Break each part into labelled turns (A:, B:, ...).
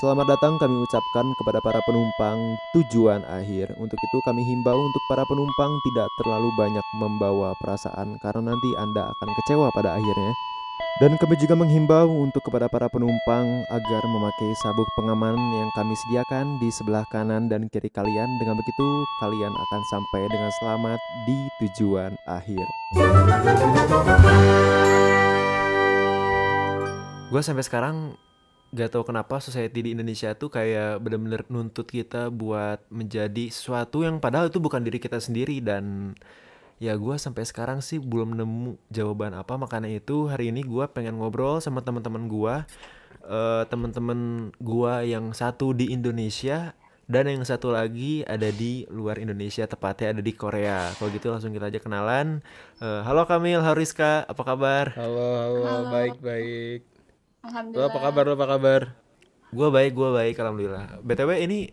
A: Selamat datang kami ucapkan kepada para penumpang tujuan akhir. Untuk itu kami himbau untuk para penumpang tidak terlalu banyak membawa perasaan karena nanti Anda akan kecewa pada akhirnya. Dan kami juga menghimbau untuk kepada para penumpang agar memakai sabuk pengaman yang kami sediakan di sebelah kanan dan kiri kalian. Dengan begitu kalian akan sampai dengan selamat di tujuan akhir. Gue sampai sekarang gak tahu kenapa society di Indonesia tuh kayak bener-bener nuntut kita buat menjadi sesuatu yang padahal itu bukan diri kita sendiri. Dan ya gue sampai sekarang sih belum nemu jawaban apa. Makanya itu hari ini gue pengen ngobrol sama teman-teman gue, teman-teman gue yang satu di Indonesia dan yang satu lagi ada di luar Indonesia, tepatnya ada di Korea. Kalau gitu langsung kita aja kenalan. Halo Kamil, halo Rizka, apa kabar?
B: Halo,
C: Halo,
B: baik. Lo apa kabar?
C: alhamdulillah.
A: Gue baik, alhamdulillah. BTW ini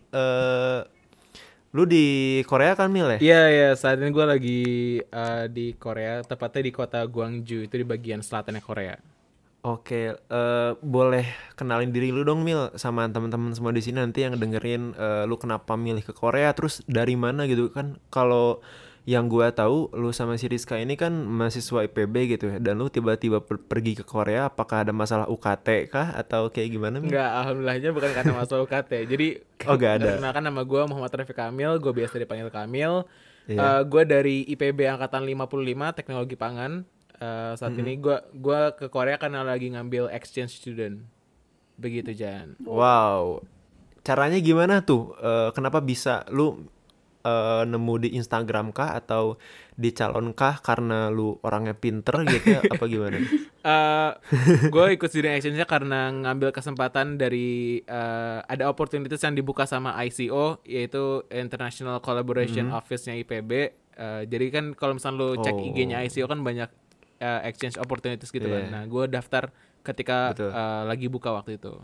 A: lu di Korea kan Mil ya?
B: Iya, saat ini gue lagi di Korea, tepatnya di kota Gwangju, itu di bagian selatannya Korea.
A: Oke, boleh kenalin diri lu dong Mil sama teman-teman semua di sini nanti yang dengerin lu kenapa milih ke Korea terus dari mana gitu kan. Kalau yang gua tahu lu sama si Rizka ini kan mahasiswa IPB gitu ya, dan lu tiba-tiba pergi ke Korea, apakah ada masalah UKT kah atau kayak gimana Mil?
B: Enggak, alhamdulillahnya bukan karena masalah UKT. Jadi,
A: Oh gak ada.
B: perkenalkan nama gue Muhammad Rafiq Kamil, gue biasa dipanggil Kamil.
A: Iya.
B: Gue dari IPB Angkatan 55, Teknologi Pangan. Saat ini gue ke Korea karena lagi ngambil exchange student. Begitu, Jan.
A: Wow. Caranya gimana tuh? Kenapa bisa lu nemu di Instagram kah atau di calon kah karena lu orangnya pinter gitu ya, apa gimana?
B: Gue ikut student exchange-nya karena ngambil kesempatan dari ada opportunities yang dibuka sama ICO, yaitu International Collaboration Office-nya IPB. Jadi kan kalau misalnya lo cek IG-nya
A: Oh,
B: ICO kan banyak exchange opportunities gitu kan.
A: iya,
B: Nah, gue daftar ketika
A: betul.
B: lagi buka waktu itu.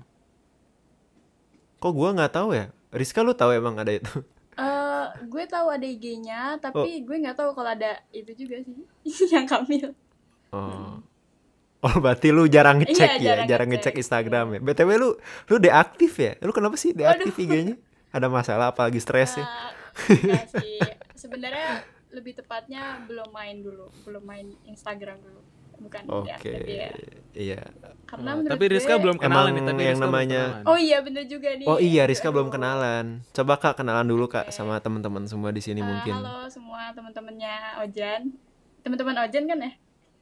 A: Kok gua nggak tahu ya? Rizka lu tahu emang ada itu?
C: Gue tahu ada IG-nya,
A: Oh,
C: tapi gue nggak tahu kalau ada itu juga sih, yang Kamil.
A: oh, oh, berarti lu jarang
C: Iya,
A: ngecek ya,
C: jarang
A: jarang
C: ngecek.
A: ngecek
C: Iya.
A: Instagram ya. BTW lu deaktif ya? Lu kenapa sih
C: Waduh,
A: deaktif IG-nya? Ada masalah apa lagi stres ya?
C: enggak sih. Sebenarnya lebih tepatnya belum main Instagram dulu. Bukan ya,
A: Oke,
C: tapi ya.
A: iya.
C: Karena
B: Tapi
C: menurut
B: Rizka
C: gue,
B: belum kenalan nih,
A: Emang yang namanya.
C: oh iya bener juga nih.
A: Oh iya, Rizka belum
C: Aduh.
A: kenalan. Coba Kak kenalan dulu Kak
C: Oke.
A: sama teman-teman semua di sini mungkin.
C: Halo semua teman-temannya Ojan. Teman-teman Ojan kan ya?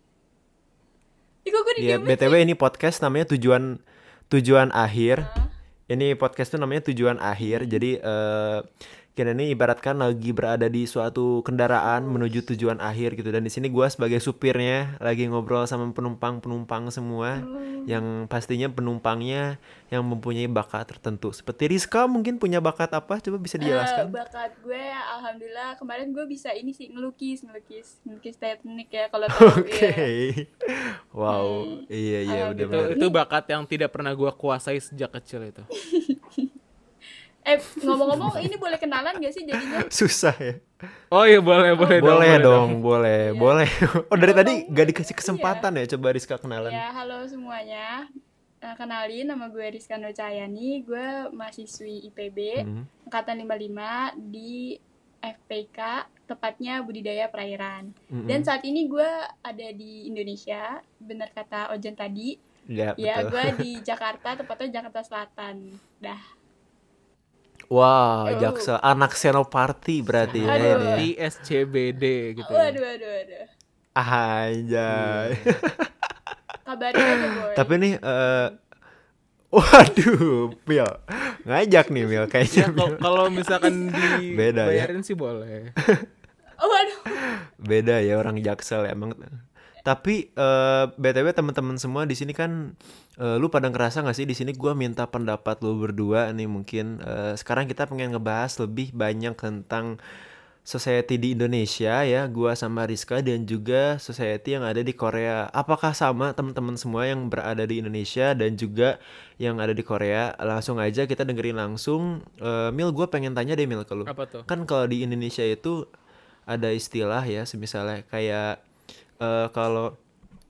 C: Ih, kok gue
A: Iya,
C: didiemin
A: BTW
C: sih?
A: ini podcast namanya tujuan tujuan akhir.
C: Hah?
A: Ini podcast tuh namanya tujuan akhir. Jadi kita ini ibaratkan lagi berada di suatu kendaraan menuju
C: Us.
A: tujuan akhir gitu. Dan di sini gua sebagai supirnya lagi ngobrol sama penumpang-penumpang semua
C: Oh.
A: yang pastinya penumpangnya yang mempunyai bakat tertentu. Seperti Rizka mungkin punya bakat apa? Coba bisa dijelaskan?
C: Bakat gue alhamdulillah kemarin gue bisa ini sih ngelukis Titanic ya kalau tahu
A: Oke.
C: ya.
A: Wow, iya iya
B: itu
A: benar-benar.
C: Alhamdulillah.
B: itu
C: Nih,
B: bakat yang tidak pernah gue kuasai sejak kecil itu.
C: ngomong-ngomong ini boleh kenalan gak sih jadinya?
A: Susah ya.
B: Oh iya, boleh
C: Oh,
B: dong,
A: Boleh
B: boleh dong.
A: dong, boleh,
C: iya.
A: boleh. Oh dari tadi
C: Ngomong,
A: gak dikasih
C: iya.
A: kesempatan ya, coba Rizka kenalan.
C: Ya, halo semuanya. Kenalin nama gue Rizka Nur Cahyani, gue mahasiswi IPB
A: Hmm.
C: angkatan 55 di FPK, tepatnya budidaya perairan. Dan
A: Mm-mm.
C: saat ini gue ada di Indonesia, benar kata Ojan tadi.
A: Ya
C: Ya,
A: betul.
C: gue di Jakarta, tepatnya Jakarta Selatan. Dah.
A: Wah,
C: Oh.
A: Jaksel, anak Senoparti berarti ya ini ya.
B: Senoparti SCBD gitu ya.
C: Waduh.
A: Anjay.
B: Iya.
C: Kabarin aja, boy.
A: Tapi nih, waduh, Mil, ngajak nih Mil, kayaknya
B: Ya
A: Mil.
B: kalau misalkan
A: Beda ya,
B: dibayarin sih boleh.
C: Oh, waduh.
A: beda ya orang Jaksel emang. Tapi BTW teman-teman semua di sini kan, lu pada ngerasa nggak sih di sini gue minta pendapat lu berdua nih mungkin. Sekarang kita pengen ngebahas lebih banyak tentang society di Indonesia ya, gua sama Rizka dan juga society yang ada di Korea. Apakah sama teman-teman semua yang berada di Indonesia dan juga yang ada di Korea? Langsung aja kita dengerin langsung. Mil, gue pengen tanya deh Mil ke lu.
B: Apa tuh?
A: Kan kalau di Indonesia itu ada istilah ya, misalnya kayak kalau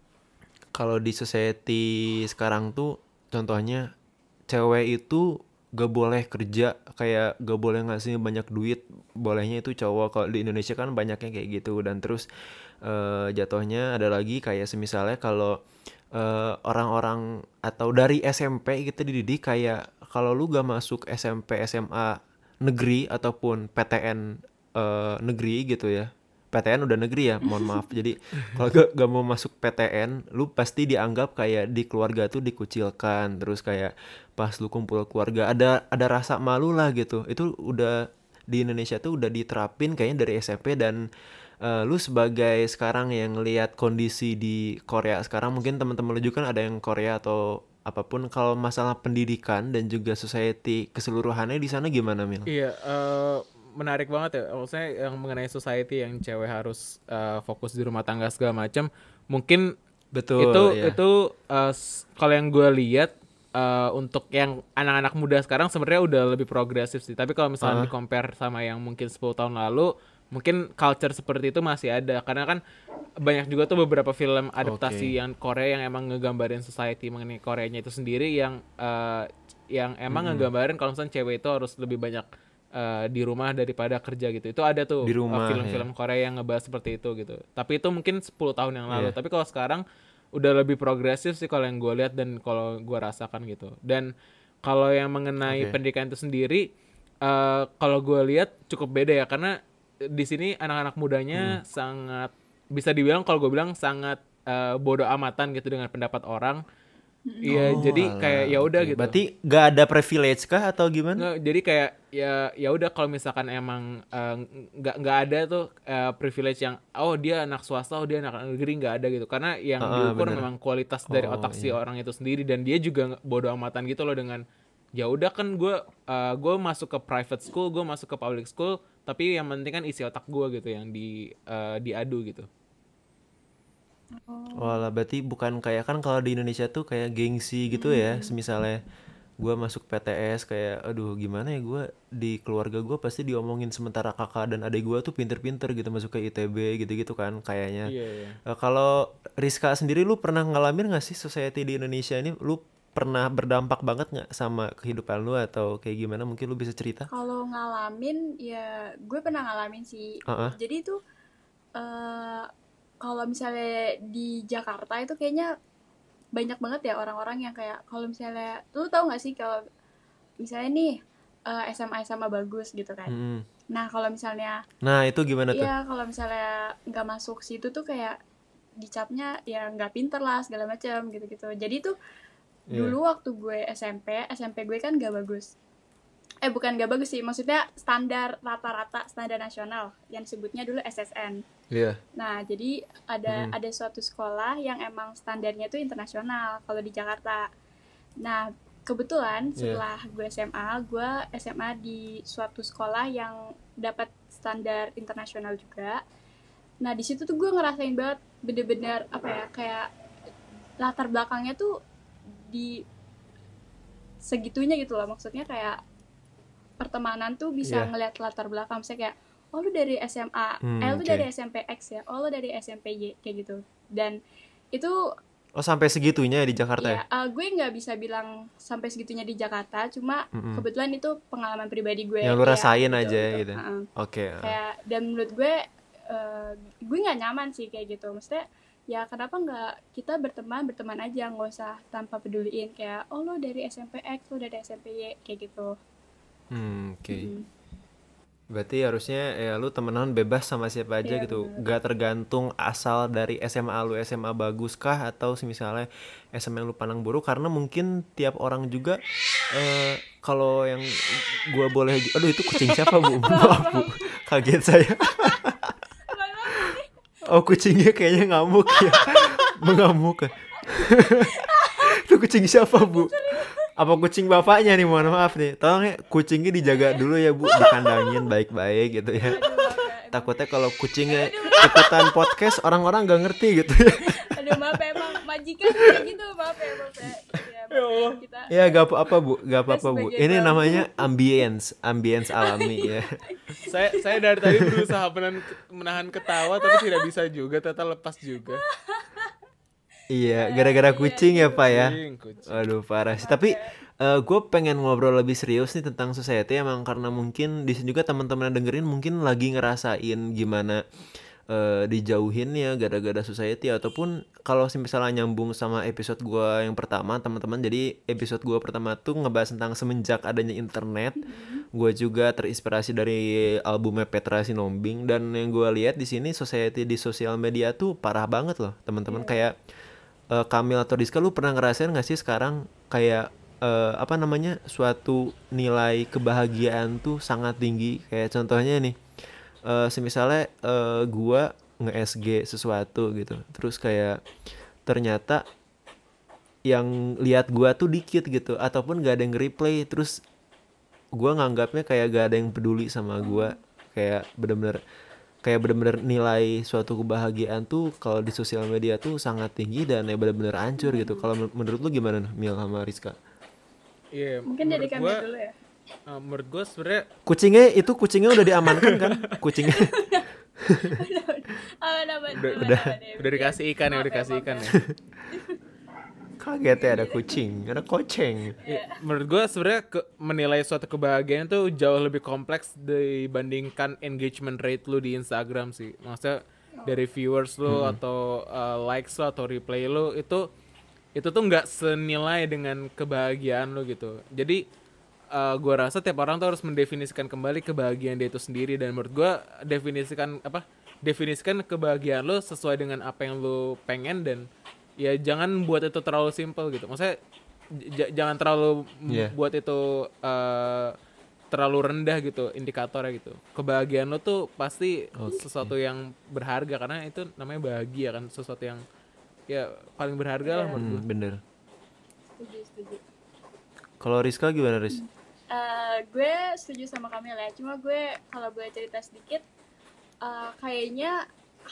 A: kalau di society sekarang tuh contohnya cewek itu gak boleh kerja, kayak gak boleh ngasih banyak duit, bolehnya itu cowok. Kalau di Indonesia kan banyaknya kayak gitu. Dan terus jatuhnya ada lagi kayak semisalnya kalau orang-orang atau dari SMP kita dididik kayak kalau lu gak masuk SMP SMA negeri ataupun PTN negeri gitu ya. PTN udah negeri ya, mohon maaf. Jadi kalau gak mau masuk PTN, lu pasti dianggap kayak di keluarga tuh dikucilkan. Terus kayak pas lu kumpul keluarga ada rasa malu lah gitu. Itu udah di Indonesia tuh udah diterapin kayaknya dari SMP. Dan lu sebagai sekarang yang lihat kondisi di Korea sekarang, mungkin teman-teman lu juga kan ada yang Korea atau apapun, kalau masalah pendidikan dan juga society keseluruhannya di sana gimana, Mil?
B: Iya, menarik banget ya. Maksudnya yang mengenai society yang cewek harus fokus di rumah tangga segala macam. Mungkin
A: Betul, ya.
B: itu kalau yang gue lihat untuk yang anak-anak muda sekarang sebenarnya udah lebih progresif sih. Tapi kalau misalnya di compare sama yang mungkin 10 tahun lalu, mungkin culture seperti itu masih ada. Karena kan banyak juga tuh beberapa film adaptasi yang Korea yang emang ngegambarin society mengenai Koreanya itu sendiri yang emang ngegambarin kalau misalnya cewek itu harus lebih banyak di rumah daripada kerja gitu. Itu ada tuh
A: Di rumah,
B: film-film Korea yang ngebahas seperti itu gitu. Tapi itu mungkin 10 tahun yang lalu. Tapi kalau sekarang udah lebih progresif sih kalau yang gue lihat dan kalau gue rasakan gitu. Dan kalau yang mengenai pendidikan itu sendiri, kalau gue lihat cukup beda ya, karena di sini anak-anak mudanya sangat, bisa dibilang kalau gue bilang sangat bodoh amatan gitu dengan pendapat orang. Iya, jadi kayak ya udah gitu.
A: Berarti gak ada privilege kah atau gimana?
B: Nggak, jadi kayak ya udah kalau misalkan emang nggak ada tuh privilege yang dia anak swasta, dia anak negeri, nggak ada gitu. Karena yang diukur memang kualitas dari otak si orang itu sendiri, dan dia juga bodoh amatan gitu loh dengan ya udah kan gue masuk ke private school, gue masuk ke public school, tapi yang penting kan isi otak gue gitu yang diadu gitu.
A: Walah, berarti bukan kayak kan kalau di Indonesia tuh kayak gengsi gitu ya. Misalnya gue masuk PTS kayak aduh gimana ya, gue di keluarga gue pasti diomongin, sementara kakak dan adik gue tuh pinter-pinter gitu masuk ke ITB gitu-gitu kan kayaknya.
B: Iya.
A: Kalau Rizka sendiri, lu pernah ngalamin gak sih society di Indonesia ini? Lu pernah berdampak banget gak sama kehidupan lu atau kayak gimana? Mungkin lu bisa cerita?
C: Kalau ngalamin ya gue pernah ngalamin sih. Jadi tuh kalau misalnya di Jakarta itu kayaknya banyak banget ya orang-orang yang kayak kalau misalnya lu tahu nggak sih kalau misalnya nih SMA bagus gitu kan. Nah kalau misalnya
A: itu gimana tuh?
C: Iya, kalau misalnya nggak masuk situ tuh kayak dicapnya ya nggak pinter lah segala macam gitu-gitu. Jadi tuh dulu waktu gue SMP gue kan nggak bagus. Bukan nggak bagus sih, maksudnya standar rata-rata standar nasional yang disebutnya dulu SSN. Nah jadi ada suatu sekolah yang emang standarnya tuh internasional kalau di Jakarta. Nah kebetulan setelah gue SMA di suatu sekolah yang dapat standar internasional juga. Nah di situ tuh gue ngerasain banget bener-bener apa ya, kayak latar belakangnya tuh di segitunya gitu loh. Maksudnya kayak pertemanan tuh bisa ngeliat latar belakang, misalnya kayak lu dari SMA, lu dari SMP X ya, lu dari SMP Y kayak gitu. Dan itu
A: sampai segitunya di Jakarta ya?
C: Gue nggak bisa bilang sampai segitunya di Jakarta, cuma kebetulan itu pengalaman pribadi gue
A: yang lu rasain aja gitu.
C: Kayak dan menurut gue nggak nyaman sih kayak gitu. Maksudnya ya kenapa nggak kita berteman aja, nggak usah tanpa peduliin kayak lu dari SMP X, lu dari SMP Y kayak gitu.
A: Berarti harusnya ya lu temenan bebas sama siapa aja gitu. Gak tergantung asal dari SMA lu SMA bagus kah atau misalnya SMA lu pandang buruk, karena mungkin tiap orang juga kalau yang gua boleh, aduh itu kucing siapa Bu? Maaf Bu, kaget saya. Kucingnya kayaknya ngamuk ya. Mengamuk. Itu kucing siapa Bu? Apa kucing bapaknya nih, mohon maaf nih. Tolong ya kucingnya dijaga dulu ya Bu, dikandangin baik-baik gitu ya. Takutnya kalau kucingnya ikutan podcast orang-orang gak ngerti gitu ya.
C: Aduh maaf emang majikan kayak gitu, maaf ya.
A: Ya gak apa-apa Bu. Ini namanya ambience alami ya.
B: Saya dari tadi berusaha menahan ketawa tapi tidak bisa juga, ternyata lepas juga.
A: Iya, gara-gara kucing ya Pak ya.
B: Kucing.
A: Aduh parah sih. Tapi Gue pengen ngobrol lebih serius nih tentang society emang karena mungkin di sini juga teman-teman yang dengerin mungkin lagi ngerasain gimana dijauhinnya gara-gara society, ataupun kalau misalnya nyambung sama episode gue yang pertama teman-teman. Jadi episode gue pertama tuh ngebahas tentang semenjak adanya internet. Gue juga terinspirasi dari albumnya Petra Sihombing, dan yang gue lihat di sini society di sosial media tuh parah banget loh teman-teman. Kayak Kamil atau Rizka, lu pernah ngerasain gak sih sekarang kayak apa namanya, suatu nilai kebahagiaan tuh sangat tinggi. Kayak contohnya nih, semisalnya gua nge-SG sesuatu gitu, terus kayak ternyata yang lihat gua tuh dikit gitu, ataupun gak ada yang nge-replay, terus gua nganggapnya kayak gak ada yang peduli sama gua. Kayak bener-bener nilai suatu kebahagiaan tuh kalau di sosial media tuh sangat tinggi dan ya bener-bener hancur gitu. Kalau menurut lu gimana nih, Mil sama Rizka?
B: Iya,
C: Mungkin dari kami dulu ya.
B: menurut gue sebenarnya
A: Kucingnya udah diamankan kan? Kucingnya
B: udah dikasih ikan ya, udah dikasih ikan ya.
A: kaget ya, ada kucing, ada kucing.
B: Ya, menurut gue sebenarnya menilai suatu kebahagiaan itu jauh lebih kompleks dibandingkan engagement rate lu di Instagram sih. Maksudnya dari viewers lu atau likes lu atau replay lu itu tuh nggak senilai dengan kebahagiaan lu gitu. Jadi gue rasa tiap orang tuh harus mendefinisikan kembali kebahagiaan dia itu sendiri, dan menurut gue definisikan kebahagiaan lu sesuai dengan apa yang lu pengen, dan ya jangan buat itu terlalu simple gitu. Maksudnya jangan terlalu buat itu terlalu rendah gitu indikatornya gitu. Kebahagiaan lo tuh pasti sesuatu yang berharga, karena itu namanya bahagia kan, sesuatu yang ya paling berharga lah menurut gue.
A: Bener.
C: Setuju.
A: Kalau Rizka gimana, Riz?
C: Gue setuju sama Kamil ya. Cuma gue kalau boleh cerita sedikit, kayaknya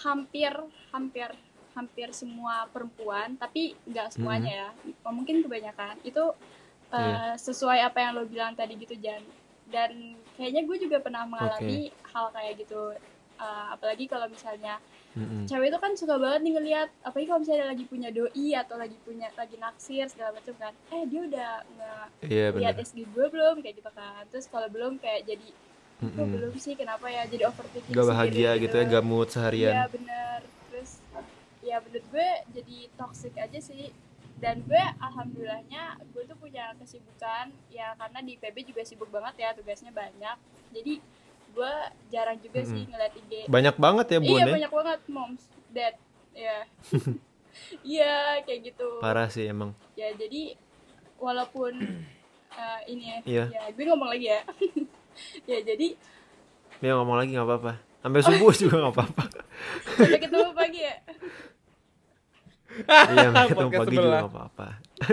C: hampir semua perempuan, tapi nggak semuanya ya, mungkin kebanyakan itu sesuai apa yang lo bilang tadi gitu, Jan. Dan kayaknya gue juga pernah mengalami hal kayak gitu, apalagi kalau misalnya cewek itu kan suka banget nih ngelihat, apalagi kalau misalnya lagi punya doi atau lagi naksir segala macam kan, dia udah lihat SG gue belum, kayak gitu kan. Terus kalau belum kayak jadi kok belum sih, kenapa ya, jadi overthinking
A: gak bahagia
C: sendiri,
A: gitu ya, gak mood seharian.
C: Iya bener. Terus ya menurut gue jadi toxic aja sih. Dan gue alhamdulillahnya gue tuh punya kesibukan ya, karena di IPB juga sibuk banget ya, tugasnya banyak. Jadi gue jarang juga sih ngeliat IG.
A: Banyak banget ya, Bun?
C: Iya banyak banget, moms, dad, ya. Iya kayak gitu.
A: Parah sih emang.
C: Ya jadi walaupun ini
A: ya
C: gue ngomong lagi ya. Ya jadi
A: ngomong lagi nggak apa-apa, sampai subuh juga nggak apa-apa.
C: Sampai ketemu pagi ya.
A: Iya, ketemu pagi juga nggak apa-apa.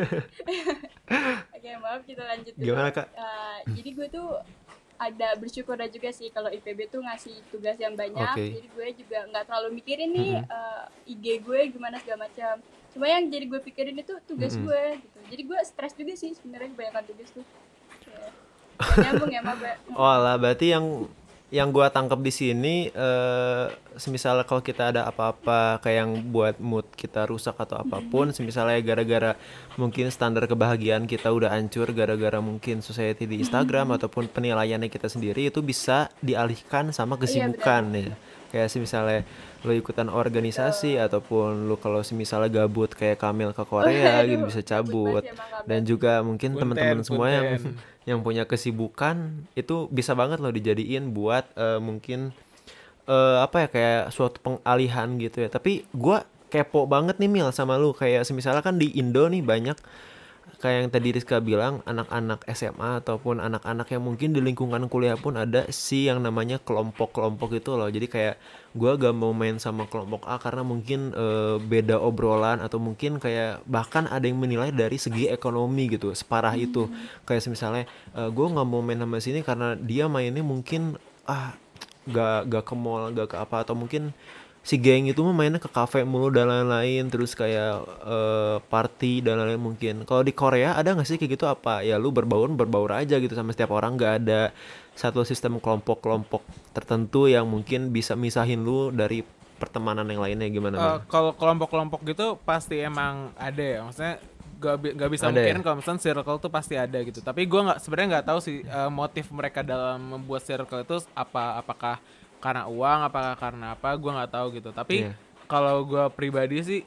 C: Oke, maaf, kita lanjut dulu.
A: Gimana, Kak?
C: Jadi gue tuh ada bersyukur juga sih kalau IPB tuh ngasih tugas yang banyak. Jadi gue juga nggak terlalu mikirin nih IG gue gimana segala macam. Cuma yang jadi gue pikirin itu tugas gue gitu. Jadi gue stres juga sih sebenarnya kebanyakan tugas tuh. Nyambung ya, Mbak.
A: Oh lah, berarti yang gue tangkap di sini, semisalnya kalau kita ada apa-apa kayak yang buat mood kita rusak atau apapun, semisalnya gara-gara mungkin standar kebahagiaan kita udah hancur gara-gara mungkin society di Instagram ataupun penilaiannya kita sendiri, itu bisa dialihkan sama kesibukan ya. Kayak misalnya lo ikutan organisasi ataupun lo kalau misalnya gabut kayak Kamil ke Korea gitu bisa cabut. Dan juga mungkin teman-teman semua yang punya kesibukan itu bisa banget lo dijadiin buat mungkin apa ya, kayak suatu pengalihan gitu ya. Tapi gue kepo banget nih, Mil, sama lu. Kayak misalnya kan di Indo nih banyak kayak yang tadi Rizka bilang, anak-anak SMA ataupun anak-anak yang mungkin di lingkungan kuliah pun ada sih yang namanya kelompok-kelompok itu loh. Jadi kayak gue gak mau main sama kelompok A karena mungkin beda obrolan, atau mungkin kayak bahkan ada yang menilai dari segi ekonomi gitu, separah itu. Kayak misalnya gue gak mau main sama sini karena dia mainnya mungkin gak ke mall, gak ke apa, atau mungkin si geng itu mah mainnya ke kafe mulu dan lain-lain, terus kayak party dan lain-lain. Mungkin kalau di Korea ada nggak sih kayak gitu? Apa ya lu berbaur aja gitu sama setiap orang, nggak ada satu sistem kelompok-kelompok tertentu yang mungkin bisa misahin lu dari pertemanan yang lainnya? Gimana?
B: Kalau kelompok-kelompok gitu pasti emang ada ya, maksudnya gak bisa
A: Ada
B: mungkin
A: ya?
B: kalau misalnya circle tuh pasti ada gitu. Tapi gue sebenarnya nggak tahu sih motif mereka dalam membuat circle itu apakah karena uang, apakah karena apa, gue nggak tahu gitu. Tapi
A: Iya.
B: kalau gue pribadi sih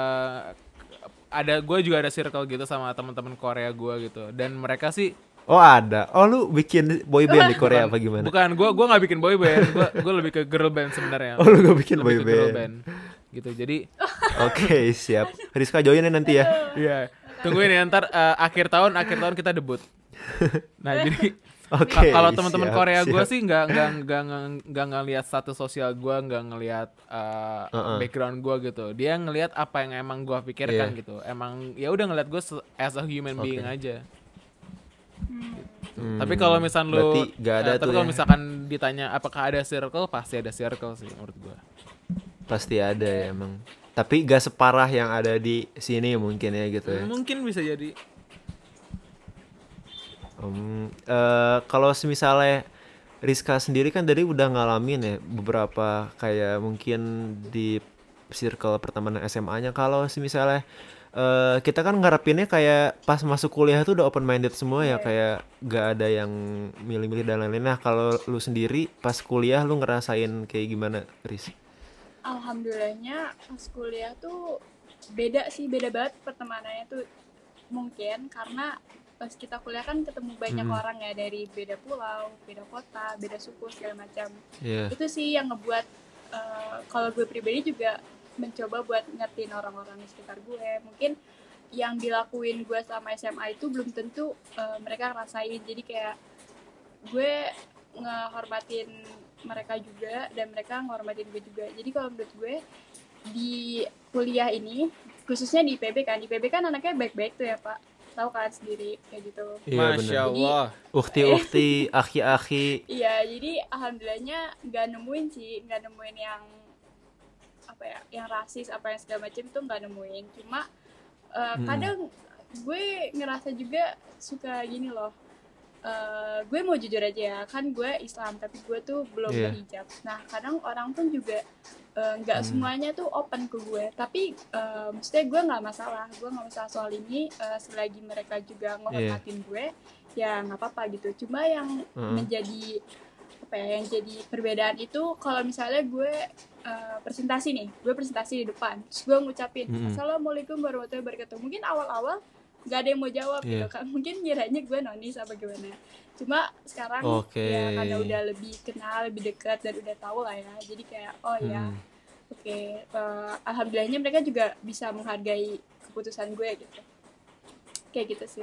B: gue juga ada circle gitu sama teman-teman Korea gue gitu, dan mereka sih
A: Oh ada. Oh lu bikin boy band di Korea apa gimana?
B: bukan gue nggak bikin boy band, gue lebih ke girl band sebenarnya.
A: Oh lu gak bikin
B: Lebih
A: boy
B: ke girl
A: band.
B: band gitu. Jadi
A: Oke siap. Rizka join ya nanti ya.
B: iya, tungguin ya ntar akhir tahun kita debut. Nah jadi
A: Oke.
B: kalau teman-teman
A: siap,
B: Korea gue
A: siap.
B: sih nggak ngelihat status sosial gue, nggak ngelihat background gue gitu. Dia ngelihat apa yang emang gue pikirkan
A: Iya.
B: gitu. Emang ya udah ngelihat gue as a human being
A: Oke.
B: aja.
A: Hmm,
B: Tapi kalau misal lu
A: berarti gak ada
B: tapi
A: tuh
B: kalau
A: ya.
B: misalkan ditanya apakah ada circle, pasti ada circle sih menurut gue.
A: Pasti ada ya emang. Tapi gak separah yang ada di sini mungkin ya gitu ya.
B: Mungkin bisa jadi.
A: Kalau misalnya Rizka sendiri kan tadi udah ngalamin ya beberapa kayak mungkin di circle pertemanan SMA-nya. Kalau misalnya kita kan ngarepinnya kayak pas masuk kuliah tuh udah open minded semua ya,
C: Iya.
A: kayak gak ada yang milih-milih dan lain-lain. Nah kalau lu sendiri pas kuliah lu ngerasain kayak gimana, Riz?
C: Alhamdulillahnya pas kuliah tuh beda banget pertemanannya tuh, mungkin karena pas kita kuliah kan ketemu banyak orang ya dari beda pulau, beda kota, beda suku segala macam.
A: Iya.
C: Itu sih yang ngebuat kalau gue pribadi juga mencoba buat ngertiin orang-orang di sekitar gue. Mungkin yang dilakuin gue sama SMA itu belum tentu mereka ngerasain. Jadi kayak gue ngehormatin mereka juga dan mereka ngehormatin gue juga. Jadi kalau menurut gue di kuliah ini, khususnya di IPB kan anaknya baik-baik tuh ya Pak, tahu kan sendiri kayak gitu.
A: Iya
B: Masya
A: bener.
B: Allah.
A: Ukti-ukti, aki-aki.
C: Iya, jadi alhamdulillahnya nggak nemuin yang apa ya, yang rasis apa yang segala macam itu nggak nemuin. Cuma kadang gue ngerasa juga suka gini loh. Gue mau jujur aja ya, kan gue Islam tapi gue tuh belum
A: Iya.
C: berhijab. Nah kadang orang pun juga nggak semuanya tuh open ke gue, tapi maksudnya gue nggak masalah soal ini, selagi mereka juga ngehormatin gue ya nggak apa-apa gitu. Cuma yang menjadi apa ya, yang jadi perbedaan itu kalau misalnya gue presentasi di depan, terus gue ngucapin Assalamualaikum warahmatullahi wabarakatuh. Mungkin awal-awal nggak ada yang mau jawab gitu kan, mungkin ngiranya gue nonis apa gimana. Cuma sekarang ya karena udah lebih kenal, lebih dekat dan udah tahu lah ya, jadi kayak oh ya oke, alhamdulillahnya mereka juga bisa menghargai keputusan gue gitu, kayak gitu sih.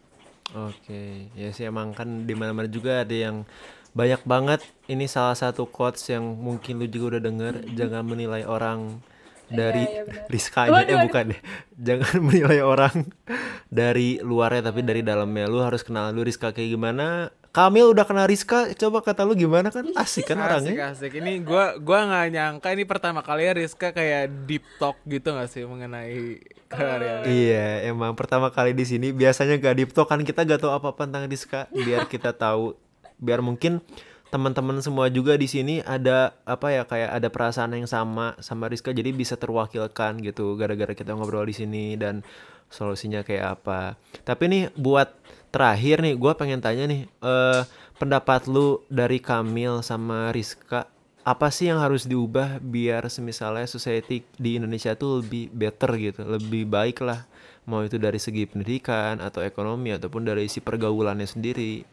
A: Oke, ya sih emang kan di mana-mana juga ada yang banyak banget. Ini salah satu quotes yang mungkin lu juga udah denger, jangan menilai orang dari
C: Iya, benar.
A: Rizkanya,
C: Waduh.
A: bukan deh. Jangan menilai orang dari luarnya tapi dari dalamnya. Lu harus kenal lu Rizka kayak gimana. Kamil udah kenal Rizka, coba kata lu gimana kan? Asik kan orangnya?
B: Asik. Ini gua nggak nyangka ini pertama kali ya Rizka kayak deep talk gitu nggak sih mengenai karirnya.
A: Iya, emang pertama kali di sini. Biasanya gak deep talk kan, kita gak tahu apa-apa tentang Rizka. Biar kita tahu, biar mungkin teman-teman semua juga di sini ada apa ya, kayak ada perasaan yang sama Rizka, jadi bisa terwakilkan gitu gara-gara kita ngobrol di sini dan solusinya kayak apa. Tapi nih buat terakhir nih, gue pengen tanya nih, pendapat lu dari Kamil sama Rizka, apa sih yang harus diubah biar semisalnya society di Indonesia tuh lebih better gitu, lebih baik lah, mau itu dari segi pendidikan atau ekonomi ataupun dari si pergaulannya sendiri.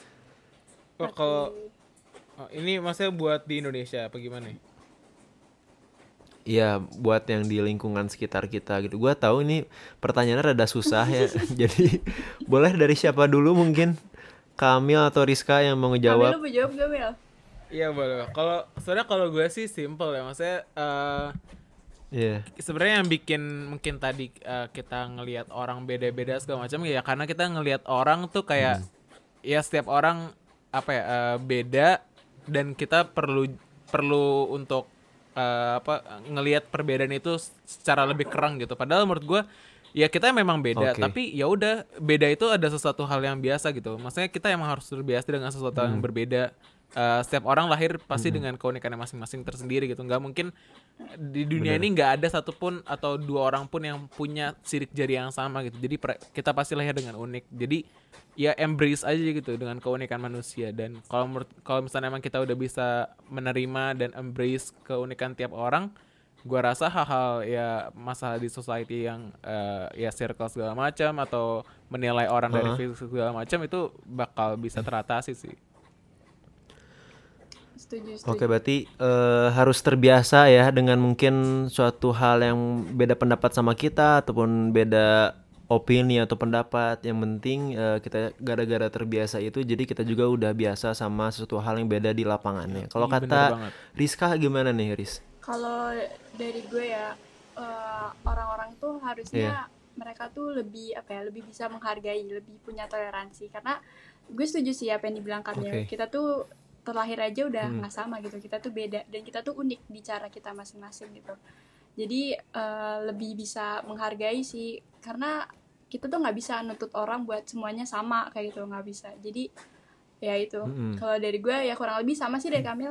B: Kalau ini maksudnya buat di Indonesia apa gimana nih?
A: Iya, buat yang di lingkungan sekitar kita gitu. Gua tahu ini pertanyaannya rada susah ya. Jadi boleh dari siapa dulu mungkin? Kamil atau Rizka yang mau
C: Kamil,
A: ngejawab?
C: lu mau jawab gak Mil?
B: Iya boleh. Kalau gue sih simple ya, maksudnya
A: Iya.
B: sebenarnya yang bikin mungkin tadi kita ngelihat orang beda-beda segala macam ya karena kita ngelihat orang tuh kayak ya setiap orang apa ya beda, dan kita perlu untuk ngelihat perbedaan itu secara lebih kerang gitu. Padahal menurut gue Ya kita memang beda,
A: Oke.
B: tapi ya udah, beda itu ada sesuatu hal yang biasa gitu. Maksudnya kita emang harus terbiasa dengan sesuatu yang berbeda. Setiap orang lahir pasti dengan keunikannya masing-masing tersendiri gitu. Nggak mungkin di dunia ini nggak ada satupun atau dua orang pun yang punya sidik jari yang sama gitu. Jadi kita pasti lahir dengan unik. Jadi ya embrace aja gitu dengan keunikan manusia. Dan kalau misalnya emang kita udah bisa menerima dan embrace keunikan tiap orang, gua rasa hal-hal ya masalah di society yang ya circle segala macam atau menilai orang dari fisik segala macam itu bakal bisa teratasi sih.
C: Setuju.
A: Oke, berarti harus terbiasa ya dengan mungkin suatu hal yang beda pendapat sama kita ataupun beda opini atau pendapat. Yang penting kita gara-gara terbiasa itu jadi kita juga udah biasa sama sesuatu hal yang beda di lapangannya. Kalau
B: Iya, bener
A: kata
B: banget.
A: Rizka gimana nih, Riz?
C: Kalau dari gue ya, orang-orang tuh harusnya mereka tuh lebih lebih bisa menghargai, lebih punya toleransi. Karena gue setuju sih apa yang dibilang Kamil.
A: Oke.
C: Kita tuh terlahir aja udah nggak sama gitu. Kita tuh beda dan kita tuh unik di cara kita masing-masing gitu. Jadi lebih bisa menghargai sih, karena kita tuh nggak bisa nuntut orang buat semuanya sama kayak gitu, nggak bisa. Jadi ya itu. Kalau dari gue ya kurang lebih sama sih dari Kamil.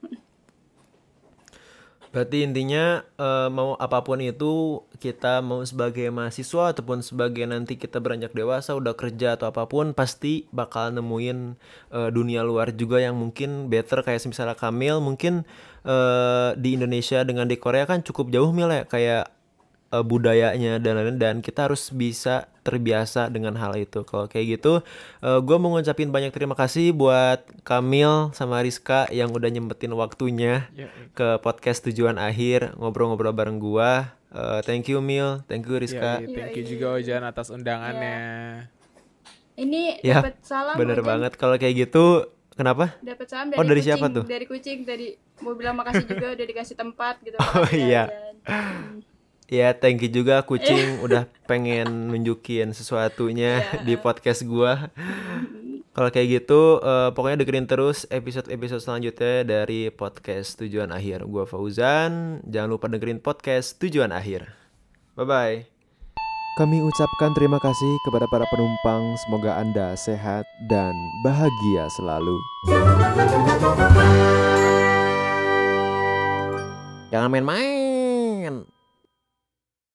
A: Berarti intinya mau apapun itu, kita mau sebagai mahasiswa ataupun sebagai nanti kita beranjak dewasa udah kerja atau apapun, pasti bakal nemuin dunia luar juga yang mungkin better. Kayak misalnya Kamil mungkin di Indonesia dengan di Korea kan cukup jauh Mil ya, kayak budayanya dan lain-lain, dan kita harus bisa terbiasa dengan hal itu. Kalau kayak gitu, gue mau ngucapin banyak terima kasih buat Kamil sama Rizka yang udah nyempetin waktunya ke podcast Tujuan Akhir ngobrol-ngobrol bareng gue. Thank you Mil, thank you Rizka.
B: Thank you juga Ojan atas undangannya.
C: Ini
A: Ya,
C: dapat salam
A: bener
C: Ojan.
A: banget kalau kayak gitu. Kenapa?
C: Dapat salam dari
A: dari
C: kucing,
A: siapa tuh?
C: Dari kucing, dari mau bilang makasih juga udah dikasih tempat gitu.
A: Oh
C: Makasih ya,
A: iya.
C: Ojan.
A: Ya, thank you juga kucing udah pengen nunjukin sesuatunya di podcast gua. Kalau kayak gitu, pokoknya dengerin terus episode-episode selanjutnya dari podcast Tujuan Akhir. Gua Fauzan, jangan lupa dengerin podcast Tujuan Akhir. Bye-bye. Kami ucapkan terima kasih kepada para penumpang. Semoga Anda sehat dan bahagia selalu. Jangan main-main.